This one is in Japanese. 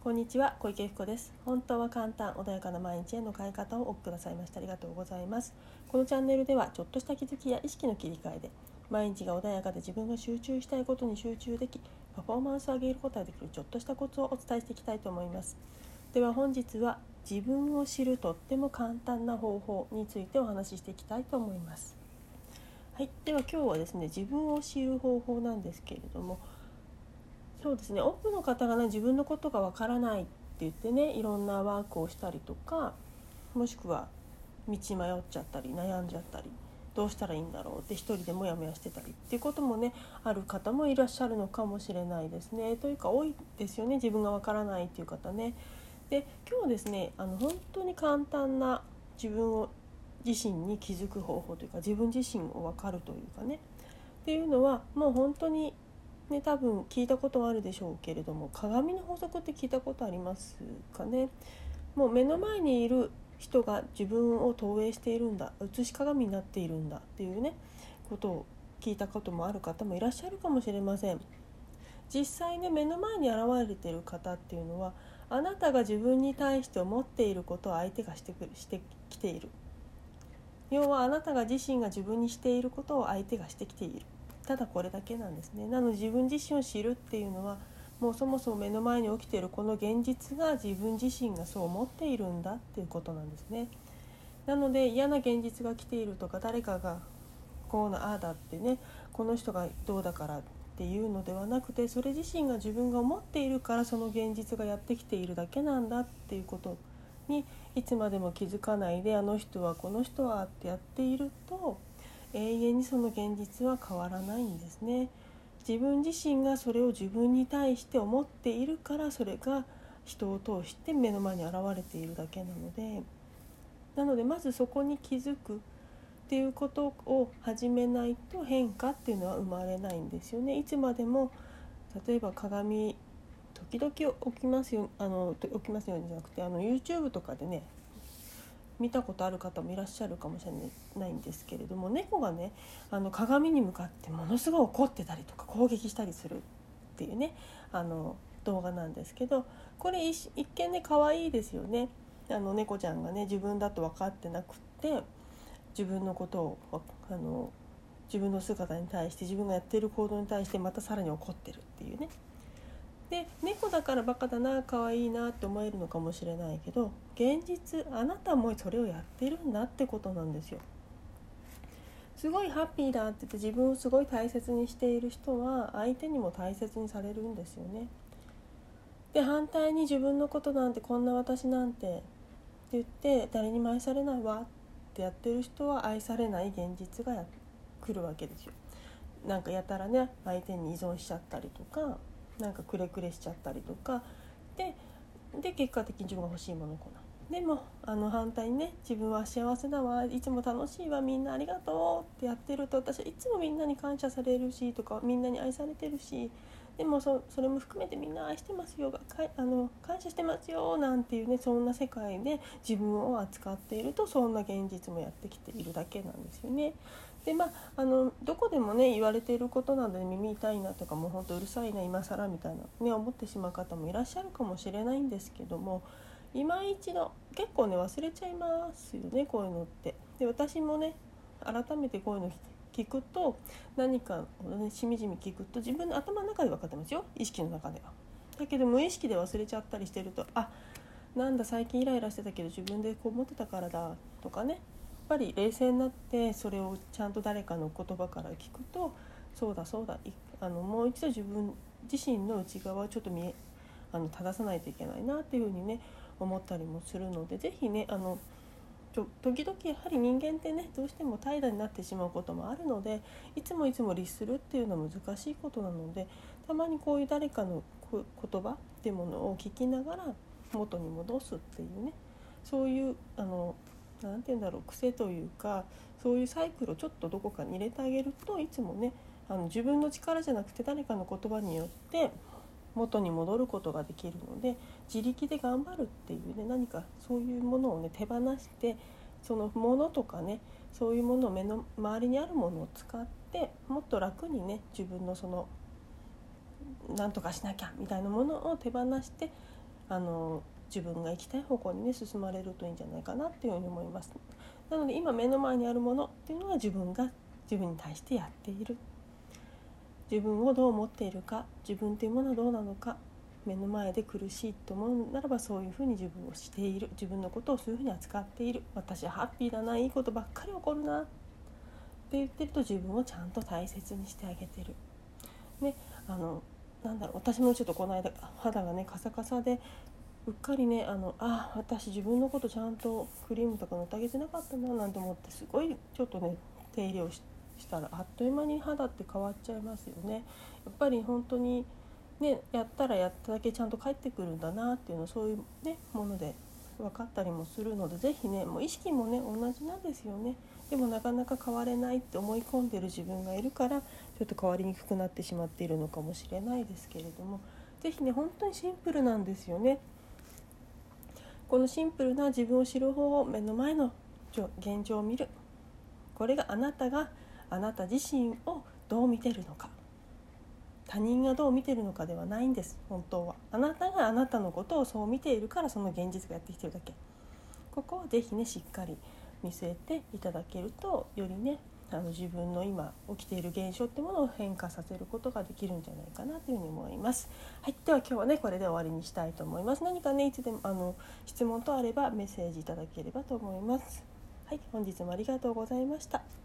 こんにちは、小池福子です。本当は簡単、穏やかな毎日への変え方をお聞きくださいましてありがとうございます。このチャンネルではちょっとした気づきや意識の切り替えで毎日が穏やかで自分が集中したいことに集中でき、パフォーマンスを上げることができるちょっとしたコツをお伝えしていきたいと思います。では本日は自分を知るとっても簡単な方法についてお話ししていきたいと思います。はい、では今日はですね、自分を知る方法なんですけれども、そうですね、多くの方がね、自分のことがわからないって言ってね、いろんなワークをしたりとか、もしくは道迷っちゃったり悩んじゃったり、どうしたらいいんだろうって一人でモヤモヤしてたりっていうこともね、ある方もいらっしゃるのかもしれないですね。というか多いですよね、自分がわからないっていう方ね。で、今日はですね、本当に簡単な自身に気づく方法というか、自分自身をわかるというかねっていうのは、もう本当にね、多分聞いたことはあるでしょうけれども、鏡の法則って聞いたことありますかね。もう目の前にいる人が自分を投影しているんだ、映し鏡になっているんだっていうねことを聞いたこともある方もいらっしゃるかもしれません。実際ね、目の前に現れている方っていうのは、あなたが自分に対して思っていることを相手がしてきている。要はあなたが自身が自分にしていることを相手がしてきている。ただこれだけなんですね。なので自分自身を知るっていうのは、もうそもそも目の前に起きているこの現実が自分自身がそう思っているんだっていうことなんですね。なので嫌な現実が来ているとか、誰かがこうなああだってね、この人がどうだからっていうのではなくて、それ自身が自分が思っているからその現実がやってきているだけなんだっていうことにいつまでも気づかないで、あの人はこの人はってやっていると、永遠にその現実は変わらないんですね。自分自身がそれを自分に対して思っているから、それが人を通して目の前に現れているだけなのでまずそこに気づくっていうことを始めないと変化っていうのは生まれないんですよね。いつまでも例えば鏡時々起きますよ起きますようにじゃなくて、YouTube とかでね見たことある方もいらっしゃるかもしれないんですけれども、猫がね鏡に向かってものすごい怒ってたりとか攻撃したりするっていうね動画なんですけど、これ一見ね可愛いですよね。猫ちゃんがね自分だと分かってなくって自分のことを自分の姿に対して自分がやっている行動に対してまたさらに怒ってるっていうね。で、猫だからバカだな可愛いなって思えるのかもしれないけど、現実あなたもそれをやってるんだってことなんですよ。すごいハッピーだって言って自分をすごい大切にしている人は相手にも大切にされるんですよね。で、反対に自分のことなんてこんな私なんてって言って誰にも愛されないわってやってる人は愛されない現実が来るわけですよ。なんかやたらね相手に依存しちゃったりとか、なんかくれくれしちゃったりとかで結果的に自分が欲しいもの来ない。でも反対にね、自分は幸せだわ、いつも楽しいわ、みんなありがとうってやってると、私はいつもみんなに感謝されるしとか、みんなに愛されてるし、でもそれも含めてみんな愛してますよ、感謝してますよなんていうね、そんな世界で自分を扱っていると、そんな現実もやってきているだけなんですよね。で、どこでもね言われていることなので耳痛いなとか、もうほんとうるさいな今更みたいなね思ってしまう方もいらっしゃるかもしれないんですけども、今一度結構ね忘れちゃいますよね、こういうのって。で、私もね改めてこういうの聞くと、何かをねしみじみ聞くと、自分の頭の中で分かってますよ、意識の中では。だけど無意識で忘れちゃったりしてると、なんだ最近イライラしてたけど自分でこう思ってたからだとかね、やっぱり冷静になってそれをちゃんと誰かの言葉から聞くと、そうだもう一度自分自身の内側をちょっと正さないといけないなっていうふうにね思ったりもするので、ぜひね時々やはり人間ってねどうしても怠惰になってしまうこともあるので、いつも律するっていうのは難しいことなので、たまにこういう誰かの言葉っていうものを聞きながら元に戻すっていうね、そういうなんて言うんだろう、癖というか、そういうサイクルをちょっとどこかに入れてあげると、いつもね自分の力じゃなくて誰かの言葉によって元に戻ることができるので、自力で頑張るっていうね、何かそういうものをね手放して、そのものとかね、そういうものを周りにあるものを使ってもっと楽にね自分のなんとかしなきゃみたいなものを手放して、 自分が行きたい方向にね進まれるといいんじゃないかなっていうふうに思います。なので今目の前にあるものっていうのは自分が自分に対してやっている、自分をどう思っているか、自分というものはどうなのか、目の前で苦しいと思うならばそういうふうに自分をしている、自分のことをそういうふうに扱っている、私はハッピーだな、いいことばっかり起こるなって言ってると自分をちゃんと大切にしてあげてる、ね、私もちょっとこの間肌がねカサカサでうっかりね私自分のことちゃんとクリームとか塗ってあげてなかったななんて思ってすごいちょっとね手入れをしたらあっという間に肌って変わっちゃいますよね。やっぱり本当にねやったらやっただけちゃんと返ってくるんだなっていうのそういうねもので分かったりもするので、ぜひねもう意識もね同じなんですよね。でもなかなか変われないって思い込んでる自分がいるからちょっと変わりにくくなってしまっているのかもしれないですけれども、ぜひね本当にシンプルなんですよね。このシンプルな自分を知る方法、目の前の現状を見る、これがあなた自身をどう見てるのか、他人がどう見てるのかではないんです。本当はあなたがあなたのことをそう見ているからその現実がやってきてるだけ。ここをぜひねしっかり見据えていただけるとよりね自分の今起きている現象ってものを変化させることができるんじゃないかなというふうに思います。はい、では今日はねこれで終わりにしたいと思います。何かねいつでも質問とあればメッセージいただければと思います。はい、本日もありがとうございました。